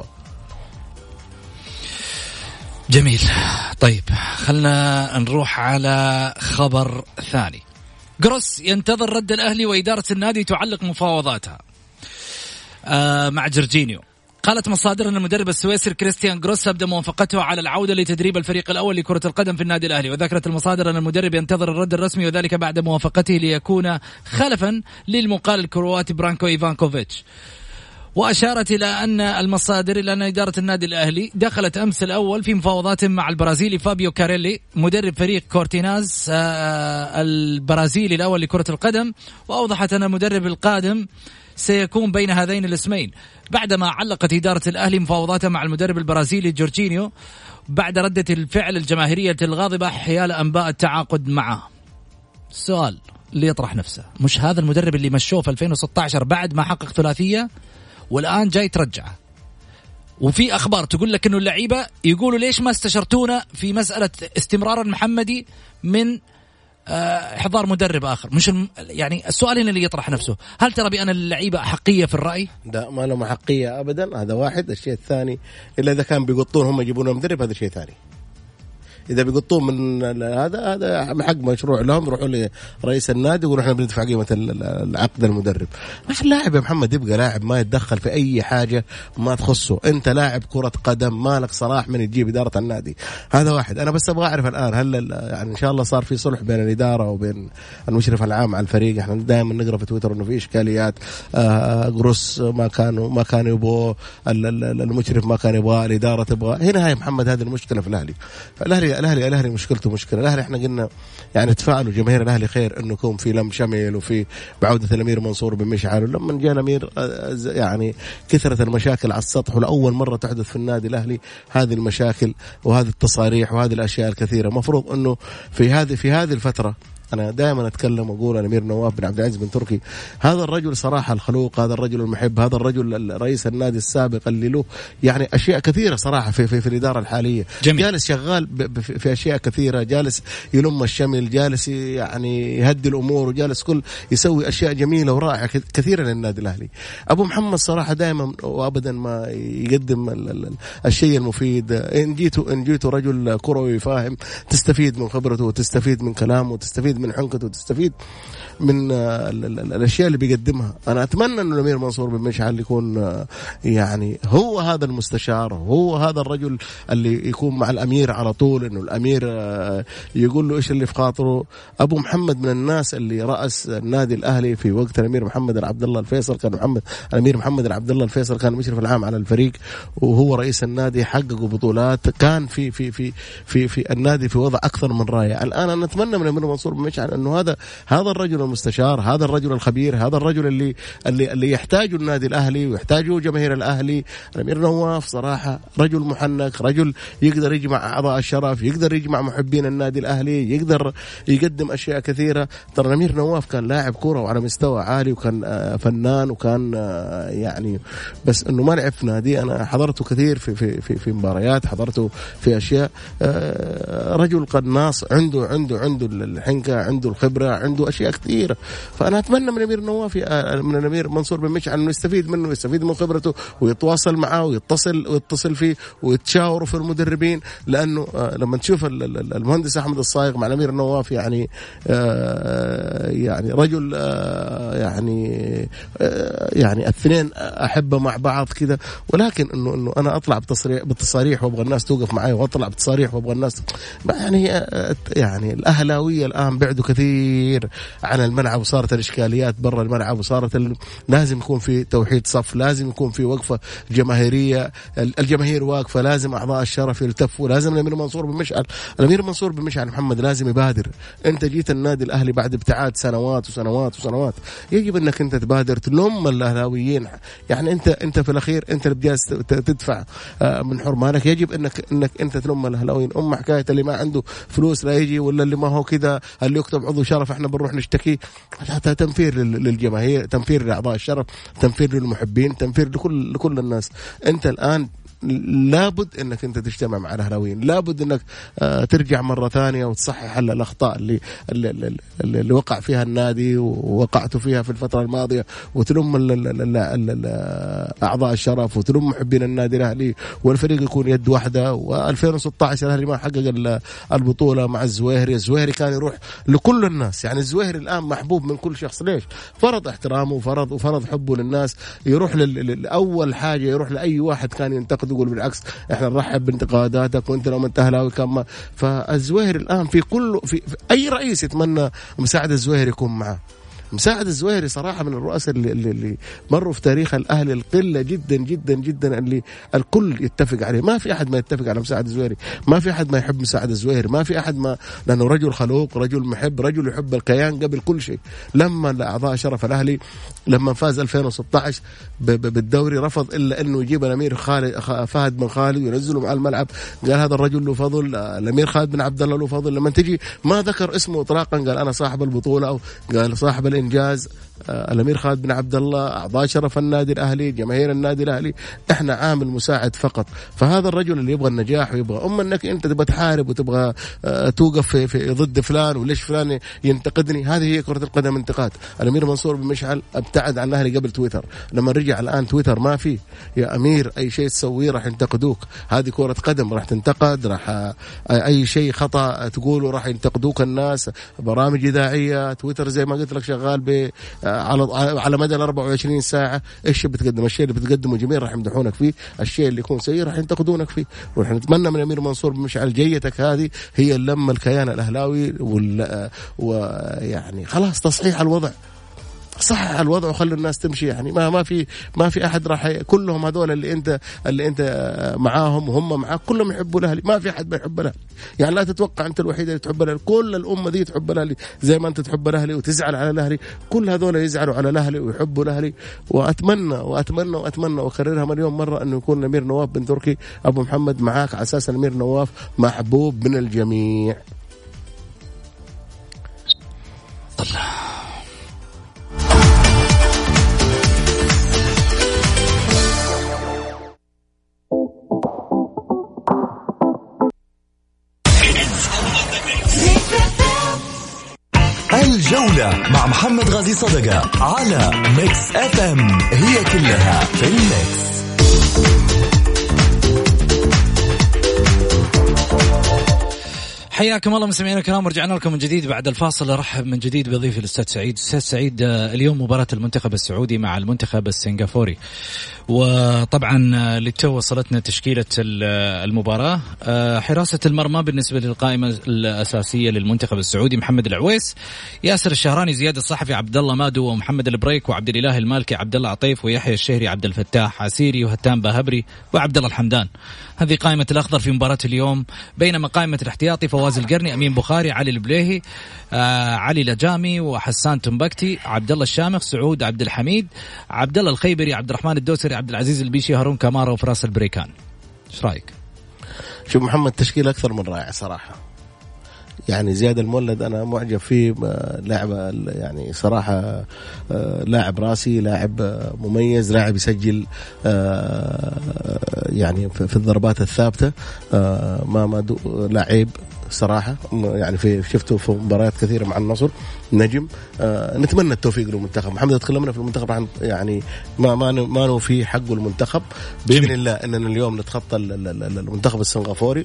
جميل. طيب خلنا نروح على خبر ثاني. جروس ينتظر رد الأهلي وإدارة النادي تعلق مفاوضاتها مع جورجينيو. قالت مصادر أن المدرب السويسري كريستيان جروس أبدأ موافقته على العودة لتدريب الفريق الأول لكرة القدم في النادي الأهلي. وذكرت المصادر أن المدرب ينتظر الرد الرسمي وذلك بعد موافقته ليكون خلفا للمقال الكرواتي برانكو إيفانكوفيتش. وأشارت إلى أن المصادر إلى أن إدارة النادي الأهلي دخلت أمس الأول في مفاوضات مع البرازيلي فابيو كاريلي مدرب فريق كورتيناز البرازيلي الأول لكرة القدم. وأوضحت أن المدرب القادم سيكون بين هذين الاسمين بعدما علقت إدارة الأهلي مفاوضاتها مع المدرب البرازيلي جورجينيو بعد ردة الفعل الجماهيرية الغاضبة حيال أنباء التعاقد معه. السؤال اللي يطرح نفسه، مش هذا المدرب اللي مشوه في 2016 بعد ما حقق ثلاثية والآن جاي ترجعه؟ وفي أخبار تقول لك إنه اللعيبة يقولوا ليش ما استشرتونا في مسألة استمرار المحمدي من إحضار مدرب آخر. مش يعني السؤال هنا اللي يطرح نفسه، هل ترى بأن اللعيبة أحقية في الرأي؟ لا، ما لهم أحقية أبدا، هذا واحد. الشيء الثاني، إلا إذا كان بيقطون هم يجيبون مدرب، هذا شيء ثاني. إذا بيقطون من هذا حق مشروع لهم، يروحوا لرئيس النادي ويقولوا إحنا بندفع قيمة العقد المدرب. مش لاعب يا محمد يبقى لاعب ما يتدخل في أي حاجة ما تخصه. أنت لاعب كرة قدم، مالك صلاح من تجيب إدارة النادي. هذا واحد. أنا بس أبغى أعرف الآن هل يعني إن شاء الله صار في صلح بين الإدارة وبين المشرف العام على الفريق؟ إحنا دائما نقرأ في تويتر إنه في إشكاليات، جروس ما كانوا يبغوا، المشرف ما كان يبغى، الإدارة تبغى. هنا هاي محمد هذه المشكلة في الأهلي. الأهلي مشكلته مشكلة. الأهلي احنا قلنا يعني تفاعلوا جماهير الأهلي خير انه يكون في لم شمل وفي بعودة الأمير منصور بن مشعل. لما جاء الأمير يعني كثرة المشاكل على السطح، ولأول مرة تحدث في النادي الأهلي هذه المشاكل وهذه التصاريح وهذه الأشياء الكثيرة. مفروض انه في هذه الفترة، أنا دائما أتكلم وأقول الأمير نواف بن عبد العزيز بن تركي، هذا الرجل صراحة الخلوق، هذا الرجل المحب، هذا الرجل رئيس النادي السابق اللي له يعني أشياء كثيرة صراحة في الإدارة الحالية. جميل. جالس شغال في أشياء كثيرة، جالس يلم الشمل، جالس يعني يهدي الأمور، وجالس يسوي أشياء جميلة ورائعة كثيرة للنادي الأهلي. أبو محمد صراحة دائما وأبدا ما يقدم الشيء المفيد. إن جيتوا رجل كروي فاهم، تستفيد من خبرته وتستفيد من كلامه وتستفيد من حنكته وتستفيد من الأشياء اللي بيقدمها. أنا أتمنى أن الأمير منصور بن مشعل يكون يعني هو هذا المستشار، هو هذا الرجل اللي يكون مع الأمير على طول، إنه الأمير يقول له إيش اللي في خاطره. أبو محمد من الناس اللي رأس النادي الأهلي في وقت الأمير محمد العبد الله الفيصل. كان الأمير محمد العبد الله الفيصل كان المشرف العام على الفريق وهو رئيس النادي، حققوا بطولات، كان في النادي في وضع أكثر من رائع. الآن أنا أتمنى من الأمير منصور بن مشعل أنه هذا الرجل المستشار، هذا الرجل الخبير، هذا الرجل اللي يحتاجه النادي الأهلي ويحتاجه جماهير الأهلي. الأمير نواف صراحة رجل محنك، رجل يقدر يجمع أعضاء الشرف، يقدر يجمع محبين النادي الأهلي، يقدر يقدم أشياء كثيرة. ترى الأمير نواف كان لاعب كرة وعلى مستوى عالي، وكان فنان، وكان يعني بس إنه ما لعب في نادي. أنا حضرته كثير في مباريات، حضرته في أشياء. رجل قناص، عنده الحنكة، عنده الخبرة، عنده أشياء كثيرة. فأنا أتمنى من الأمير نواف، من الأمير منصور بن مشعل، أنه يستفيد منه ويستفيد من خبرته ويتواصل معه ويتصل فيه ويتشاوروا في المدربين. لأنه لما تشوف المهندس أحمد الصايغ مع الأمير نواف يعني رجل يعني الاثنين أحبه مع بعض كذا. ولكن إنه أنا أطلع بالتصاريح وأبغى الناس توقف معي، وأطلع بالتصاريح وأبغى الناس يعني الأهلاوية الآن بعدوا كثير عن الملعب، وصارت الإشكاليات برا الملعب، وصارت لازم يكون في توحيد صف، لازم يكون في وقفة جماهيرية، الجماهير واقفة، لازم أعضاء الشرف يلتفوا، لازم الأمير منصور بن مشعل محمد لازم يبادر. أنت جيت النادي الأهلي بعد ابتعاد سنوات وسنوات وسنوات، يجب أنك أنت تبادر، تلم الأهلاويين. يعني أنت في الأخير أنت اللي جالس تدفع من حرمانك، يجب أنك أنت تلم الأهلاويين. حكاية اللي ما عنده فلوس لا يجي، ولا اللي ما هو كذا اللي يكتب عضو شرف احنا بنروح نشتكي. هذا تنفير للجماهير، تنفير لأعضاء الشرف، تنفير للمحبين، تنفير لكل الناس. انت الآن لابد انك انت تجتمع مع الاهلاويين، لابد انك ترجع مره ثانيه وتصحح الاخطاء اللي وقع فيها النادي ووقعت فيها في الفتره الماضيه، وتلم اعضاء الشرف وتلم محبين النادي الاهلي، والفريق يكون يد واحده. و2016 الاهلي ما حقق البطوله مع الزويهري كان يروح لكل الناس. يعني الزويهري الان محبوب من كل شخص. ليش؟ فرض احترامه وفرض حبه للناس. يروح لاول حاجه، يروح لاي واحد كان ينتقد يقول بالعكس احنا نرحب بانتقاداتك، وانت لو ما انت اهلاوي كان. فالزويهري الان في اي رئيس يتمنى مساعد الزويهري يكون معه. مساعد الزويهري صراحة من الرؤساء اللي مروا في تاريخ الأهلي القلة جدا جدا جدا، اللي الكل يتفق عليه. ما في أحد ما يتفق على مساعد الزويهري، ما في أحد ما يحب مساعد الزويهري، ما في أحد ما، لأنه رجل خلوق، رجل محب، رجل يحب الكيان قبل كل شيء. لما الأعضاء شرف الأهلي لما فاز 2016 بالدوري رفض إلا أنه يجيب الأمير فهد بن خالد وينزله مع الملعب. قال هذا الرجل له فضل، الأمير خالد بن عبد الله له فضل. لما تجي ما ذكر اسمه إطلاقا، قال أنا صاحب البطولة، أو قال صاحب الإنجاز. الأمير خالد بن عبد الله، أعضاء شرف النادي الأهلي، جماهير النادي الأهلي، إحنا عامل مساعد فقط. فهذا الرجل اللي يبغى النجاح ويبغى أنك أنت تبغى تحارب وتبغى توقف في ضد فلان وليش فلان ينتقدني، هذه هي كرة القدم، انتقاد. الأمير منصور بن مشعل ابتعد عن الأهلي قبل تويتر، لما رجع الآن تويتر ما في. يا أمير أي شيء تسويه راح ينتقدوك، هذه كرة قدم، راح تنتقد، راح أي شيء خطأ تقوله راح ينتقدوك الناس. برامج إذاعية، تويتر زي ما قلت لك شغال على مدى 24 ساعة. إيش بتقدم؟ الشيء اللي بتقدمه جميل راح يمدحونك فيه، الشيء اللي يكون سيء راح ينتقدونك فيه. ونحن نتمنى من الأمير منصور بن مشعل جيتك هذه هي اللمة الكيان الأهلاوي، ويعني خلاص تصحيح الوضع، صحح الوضع وخلوا الناس تمشي. يعني ما في احد راح كلهم هذول اللي انت معاهم وهم معاك كلهم يحبوا الاهلي، ما في احد بيحب الاهلي. يعني لا تتوقع انت الوحيد اللي تحب الاهلي، كل الامه دي تحب الاهلي زي ما انت تحب الاهلي وتزعل على الاهلي، كل هذول يزعلوا على الاهلي ويحبوا الاهلي. واتمنى واتمنى واتمنى واكررها مليون مره انه يكون الامير نواف بن تركي ابو محمد معاك، على اساس الامير نواف محبوب من الجميع. الله. الجولة مع محمد غازي صدقة على ميكس اف ام، هي كلها في الميكس. حياكم الله مستمعينا الكرام، رجعنا لكم من جديد بعد الفاصل. ارحب من جديد بضيف الاستاذ سعيد. استاذ سعيد، اليوم مباراة المنتخب السعودي مع المنتخب السنغافوري، وطبعا للتو وصلتنا تشكيلة المباراة. حراسة المرمى بالنسبة للقائمة الأساسية للمنتخب السعودي: محمد العويس، ياسر الشهراني، زياد الصحفي، عبد الله مادو، ومحمد البريك، وعبد الإله المالكي، عبد الله عطيف، ويحيى الشهري، عبد الفتاح عسيري، وهتان باهبري، وعبد الله الحمدان. هذه قائمة الأخضر في مباراة اليوم. بينما قائمة الاحتياطي: فواز القرني، أمين بخاري، علي البليهي، علي لجامي، وحسان تنبكتي، عبد الله الشامخ، سعود عبد الحميد، عبد الله الخيبري، عبد الرحمن الدوسري، عبد العزيز البيشي، هارون كامارا، وفراس البريكان. ايش رايك؟ شوف محمد، تشكيل اكثر من رائع صراحه. يعني زياد المولد انا معجب فيه، لاعب يعني صراحه لاعب راسي، لاعب مميز، لاعب يسجل يعني في الضربات الثابته، ما لاعب صراحه. يعني شفته في مباريات كثيره مع النصر، نجم. نتمنى التوفيق للمنتخب. محمد تكلمنا في المنتخب عن يعني ما نوفي حقه المنتخب باذن الله اننا اليوم نتخطى المنتخب السنغافوري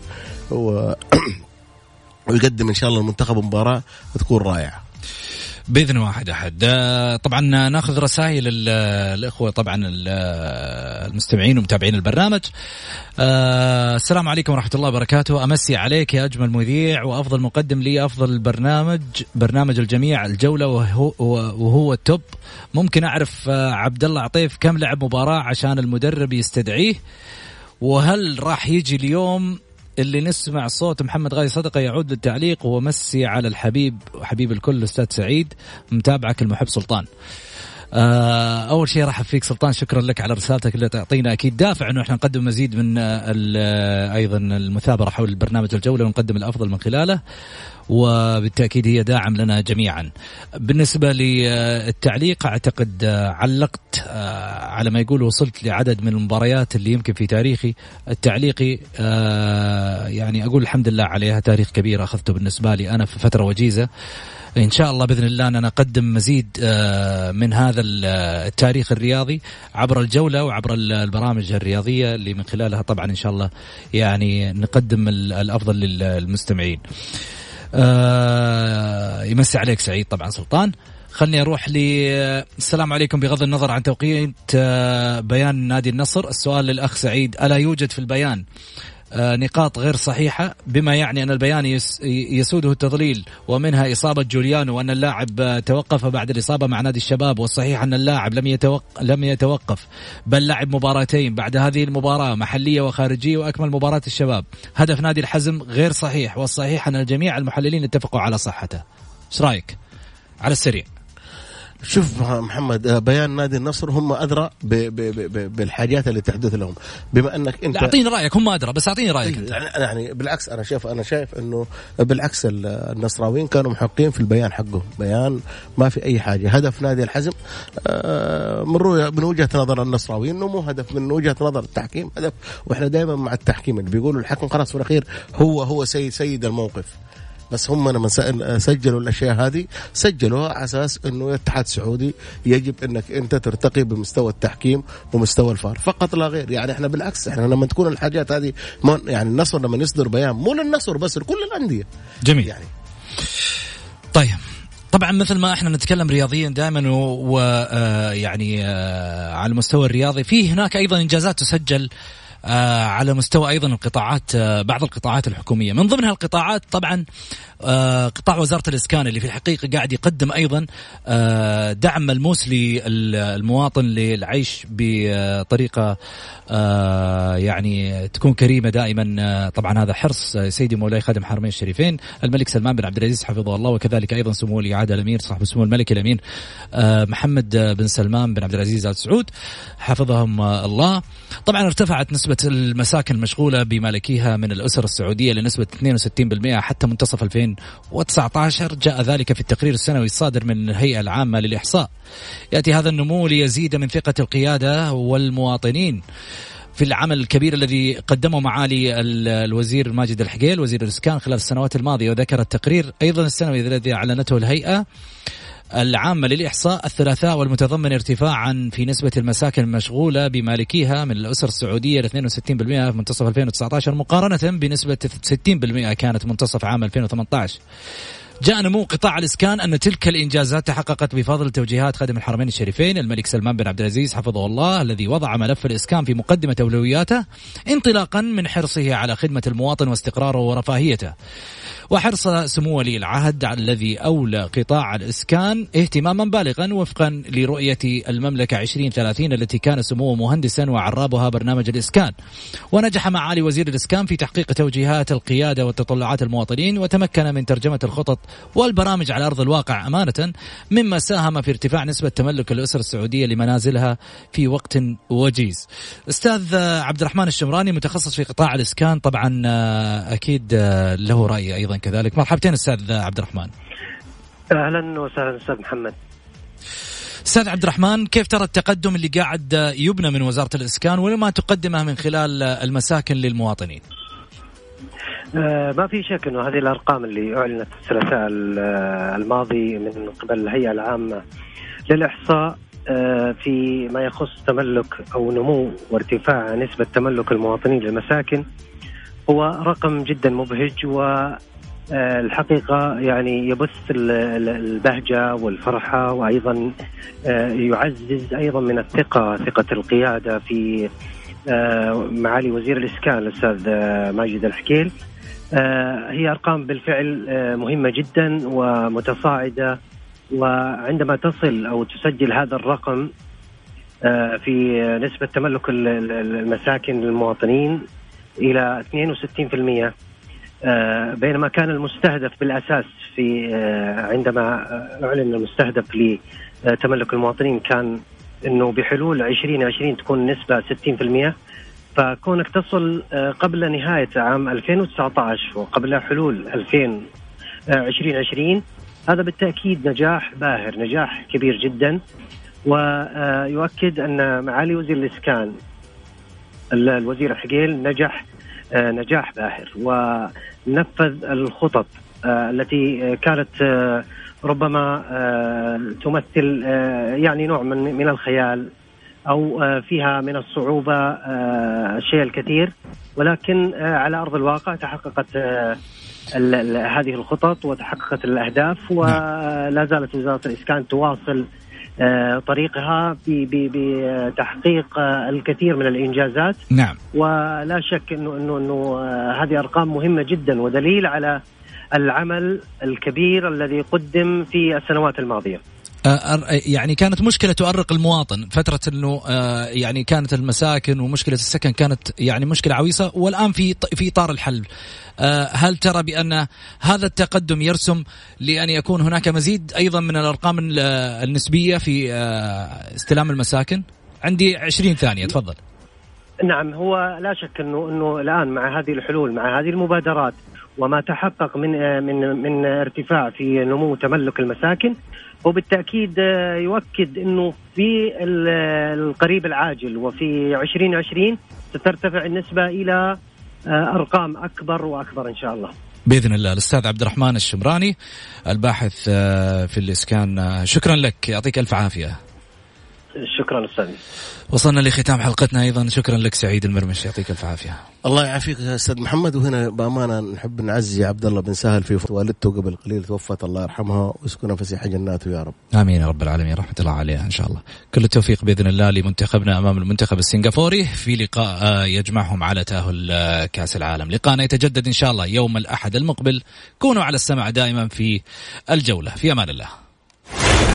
ويقدم إن شاء الله المنتخب مباراة تكون رائعة بإذن واحد أحد. طبعا ناخذ رسائل الإخوة طبعا المستمعين ومتابعين البرنامج. السلام عليكم ورحمة الله وبركاته. أمسي عليك يا أجمل مذيع وأفضل مقدم لي أفضل برنامج الجميع الجولة وهو التوب. ممكن أعرف عبد الله عطيف كم لعب مباراة عشان المدرب يستدعيه، وهل راح يجي اليوم اللي نسمع صوت محمد غازي صدقة يعود للتعليق؟ ومسي على الحبيب وحبيب الكل أستاذ سعيد، متابعك المحب سلطان. أول شيء رحب فيك سلطان، شكرا لك على رسالتك اللي تعطينا أكيد دافع أنه إحنا نقدم مزيد من أيضا المثابرة حول البرنامج الجولة ونقدم الأفضل من خلاله، وبالتأكيد هي داعم لنا جميعا. بالنسبة للتعليق أعتقد علقت على ما يقول وصلت لعدد من المباريات اللي يمكن في تاريخي التعليقي يعني أقول الحمد لله عليها، تاريخ كبير أخذته بالنسبة لي أنا في فترة وجيزة. إن شاء الله بإذن الله أنا أقدم مزيد من هذا التاريخ الرياضي عبر الجولة وعبر البرامج الرياضية اللي من خلالها طبعا إن شاء الله يعني نقدم الأفضل للمستمعين. يمسي عليك سعيد طبعا سلطان. خلني أروح السلام عليكم. بغض النظر عن توقيت بيان نادي النصر، السؤال للأخ سعيد: ألا يوجد في البيان نقاط غير صحيحة بما يعني أن البيان يسوده التضليل ومنها إصابة جوليانو وأن اللاعب توقف بعد الإصابة مع نادي الشباب، والصحيح أن اللاعب لم يتوقف بل لعب مباراتين بعد هذه المباراة محلية وخارجية وأكمل مباراة الشباب هدف نادي الحزم غير صحيح، والصحيح أن جميع المحللين اتفقوا على صحته. ايش رايك على السريع؟ شوف محمد، بيان نادي النصر هم أدرى بالحاجات اللي تحدث لهم. بما أنك أنت أعطيني رأيك، هم أدرى، بس أعطيني رأيك أنت. يعني بالعكس أنا شايف إنه بالعكس النصراويين كانوا محقين في البيان حقهم. بيان ما في أي حاجة. هدف نادي الحزم من وجهة نظر النصراويين إنه مو هدف من وجهة نظر التحكيم، هدف. وإحنا دائما مع التحكيم اللي بيقولوا الحكم خلاص في الأخير هو سيد الموقف. بس هم لما سجلوا الأشياء هذه سجلوها على أساس إنه الاتحاد السعودي يجب إنك أنت ترتقي بمستوى التحكيم ومستوى الفار فقط لا غير. يعني إحنا بالعكس، إحنا لما تكون الحاجات هذه يعني النصر لما يصدر بيان مو للنصر بس لكل الأندية. جميل يعني. طيب طبعا مثل ما احنا نتكلم رياضيا دائما ويعني على المستوى الرياضي فيه هناك أيضا إنجازات تسجل على مستوى أيضا القطاعات، بعض القطاعات الحكومية. من ضمنها القطاعات طبعا قطاع وزارة الإسكان اللي في الحقيقة قاعد يقدم أيضا دعم ملموس للمواطن للعيش بطريقة يعني تكون كريمة دائما. طبعا هذا حرص سيدي مولاي خادم الحرمين الشريفين الملك سلمان بن عبد العزيز حفظه الله، وكذلك أيضا سمو ولي العهد الأمير صاحب سمو الملك الأمير محمد بن سلمان بن عبد العزيز آل سعود حفظهم الله. طبعا ارتفعت نسبة المساكن المشغولة بمالكيها من الأسر السعودية لنسبة 62% حتى منتصف 2019. جاء ذلك في التقرير السنوي الصادر من الهيئة العامة للإحصاء. يأتي هذا النمو ليزيد من ثقة القيادة والمواطنين في العمل الكبير الذي قدمه معالي الوزير ماجد الحقيل وزير الإسكان خلال السنوات الماضية. وذكر التقرير أيضا السنوي الذي أعلنته الهيئة العامة للإحصاء الثلاثاء والمتضمن ارتفاعا في نسبة المساكن المشغولة بمالكيها من الأسر السعودية ل 62% في منتصف 2019 مقارنة بنسبة 60% كانت منتصف عام 2018. جاء نمو قطاع الإسكان أن تلك الإنجازات تحققت بفضل توجيهات خادم الحرمين الشريفين الملك سلمان بن عبد العزيز حفظه الله، الذي وضع ملف الإسكان في مقدمة أولوياته انطلاقا من حرصه على خدمة المواطن واستقراره ورفاهيته. وحرص سمو ولي العهد الذي أولى قطاع الإسكان اهتماما بالغا وفقا لرؤية المملكة 2030 التي كان سموه مهندسا وعرابها برنامج الإسكان. ونجح معالي وزير الإسكان في تحقيق توجيهات القيادة وتطلعات المواطنين، وتمكن من ترجمة الخطط والبرامج على أرض الواقع أمانة، مما ساهم في ارتفاع نسبة تملك الأسر السعودية لمنازلها في وقت وجيز. أستاذ عبد الرحمن الشمراني متخصص في قطاع الإسكان، طبعا أكيد له رأي أيضا كذلك. مرحبتين أستاذ عبد الرحمن. أهلا وسهلا أستاذ محمد. أستاذ عبد الرحمن، كيف ترى التقدم اللي قاعد يبنى من وزارة الإسكان ولما تقدمه من خلال المساكن للمواطنين؟ ما في شك أنه هذه الأرقام اللي أعلنت الثلاثاء الماضي من قبل الهيئة العامة للإحصاء في ما يخص تملك أو نمو وارتفاع نسبة تملك المواطنين للمساكن هو رقم جدا مبهج، والحقيقة يعني يبث البهجة والفرحة، وأيضا يعزز أيضا من ثقة القيادة في معالي وزير الإسكان الأستاذ ماجد الحقيل. هي أرقام بالفعل مهمة جدا ومتصاعدة، وعندما تصل أو تسجل هذا الرقم في نسبة تملك المساكن للمواطنين إلى 62%، بينما كان المستهدف بالأساس في عندما أعلن المستهدف لتملك المواطنين كان أنه بحلول 2020 تكون نسبة 60%. فكونك تصل قبل نهاية عام 2019 وقبل حلول 2020 هذا بالتأكيد نجاح باهر، نجاح كبير جدا، ويؤكد أن معالي وزير الإسكان الوزير الحقيل نجاح باهر، ونفذ الخطط التي كانت ربما تمثل يعني نوع من الخيال أو فيها من الصعوبة الشيء الكثير، ولكن على أرض الواقع تحققت هذه الخطط وتحققت الأهداف، ولا زالت وزارة الإسكان تواصل طريقها بتحقيق الكثير من الإنجازات. نعم. ولا شك إنه هذه أرقام مهمة جدا ودليل على العمل الكبير الذي قدم في السنوات الماضية. يعني كانت مشكلة تؤرق المواطن فترة أنه يعني كانت المساكن ومشكلة السكن كانت يعني مشكلة عويصة، والآن في إطار الحل. هل ترى بأن هذا التقدم يرسم لأن يكون هناك مزيد أيضا من الأرقام النسبية في استلام المساكن؟ عندي 20 ثانية، تفضل. نعم، هو لا شك أنه الآن مع هذه الحلول، مع هذه المبادرات، وما تحقق من ارتفاع في نمو تملك المساكن، وبالتأكيد يؤكد أنه في القريب العاجل وفي 2020 سترتفع النسبة إلى أرقام أكبر وأكبر إن شاء الله بإذن الله. الأستاذ عبد الرحمن الشمراني الباحث في الإسكان، شكرا لك، يعطيك ألف عافية. شكرا أستاذ. وصلنا لختام حلقتنا أيضا، شكرا لك سعيد المرمش، يعطيك الف عافية. الله يعافيك يا أستاذ محمد. وهنا بأمانة نحب نعزي عبد الله بن سهل في والدته قبل قليل توفت، الله يرحمها ويسكنها فسيح جناته يا رب. آمين يا رب العالمين، رحمة الله عليها إن شاء الله. كل التوفيق بإذن الله لمنتخبنا أمام المنتخب السنغافوري في لقاء يجمعهم على تأهل كأس العالم. لقاءنا يتجدد إن شاء الله يوم الأحد المقبل. كونوا على السمع دائما في الجولة. في أمان الله.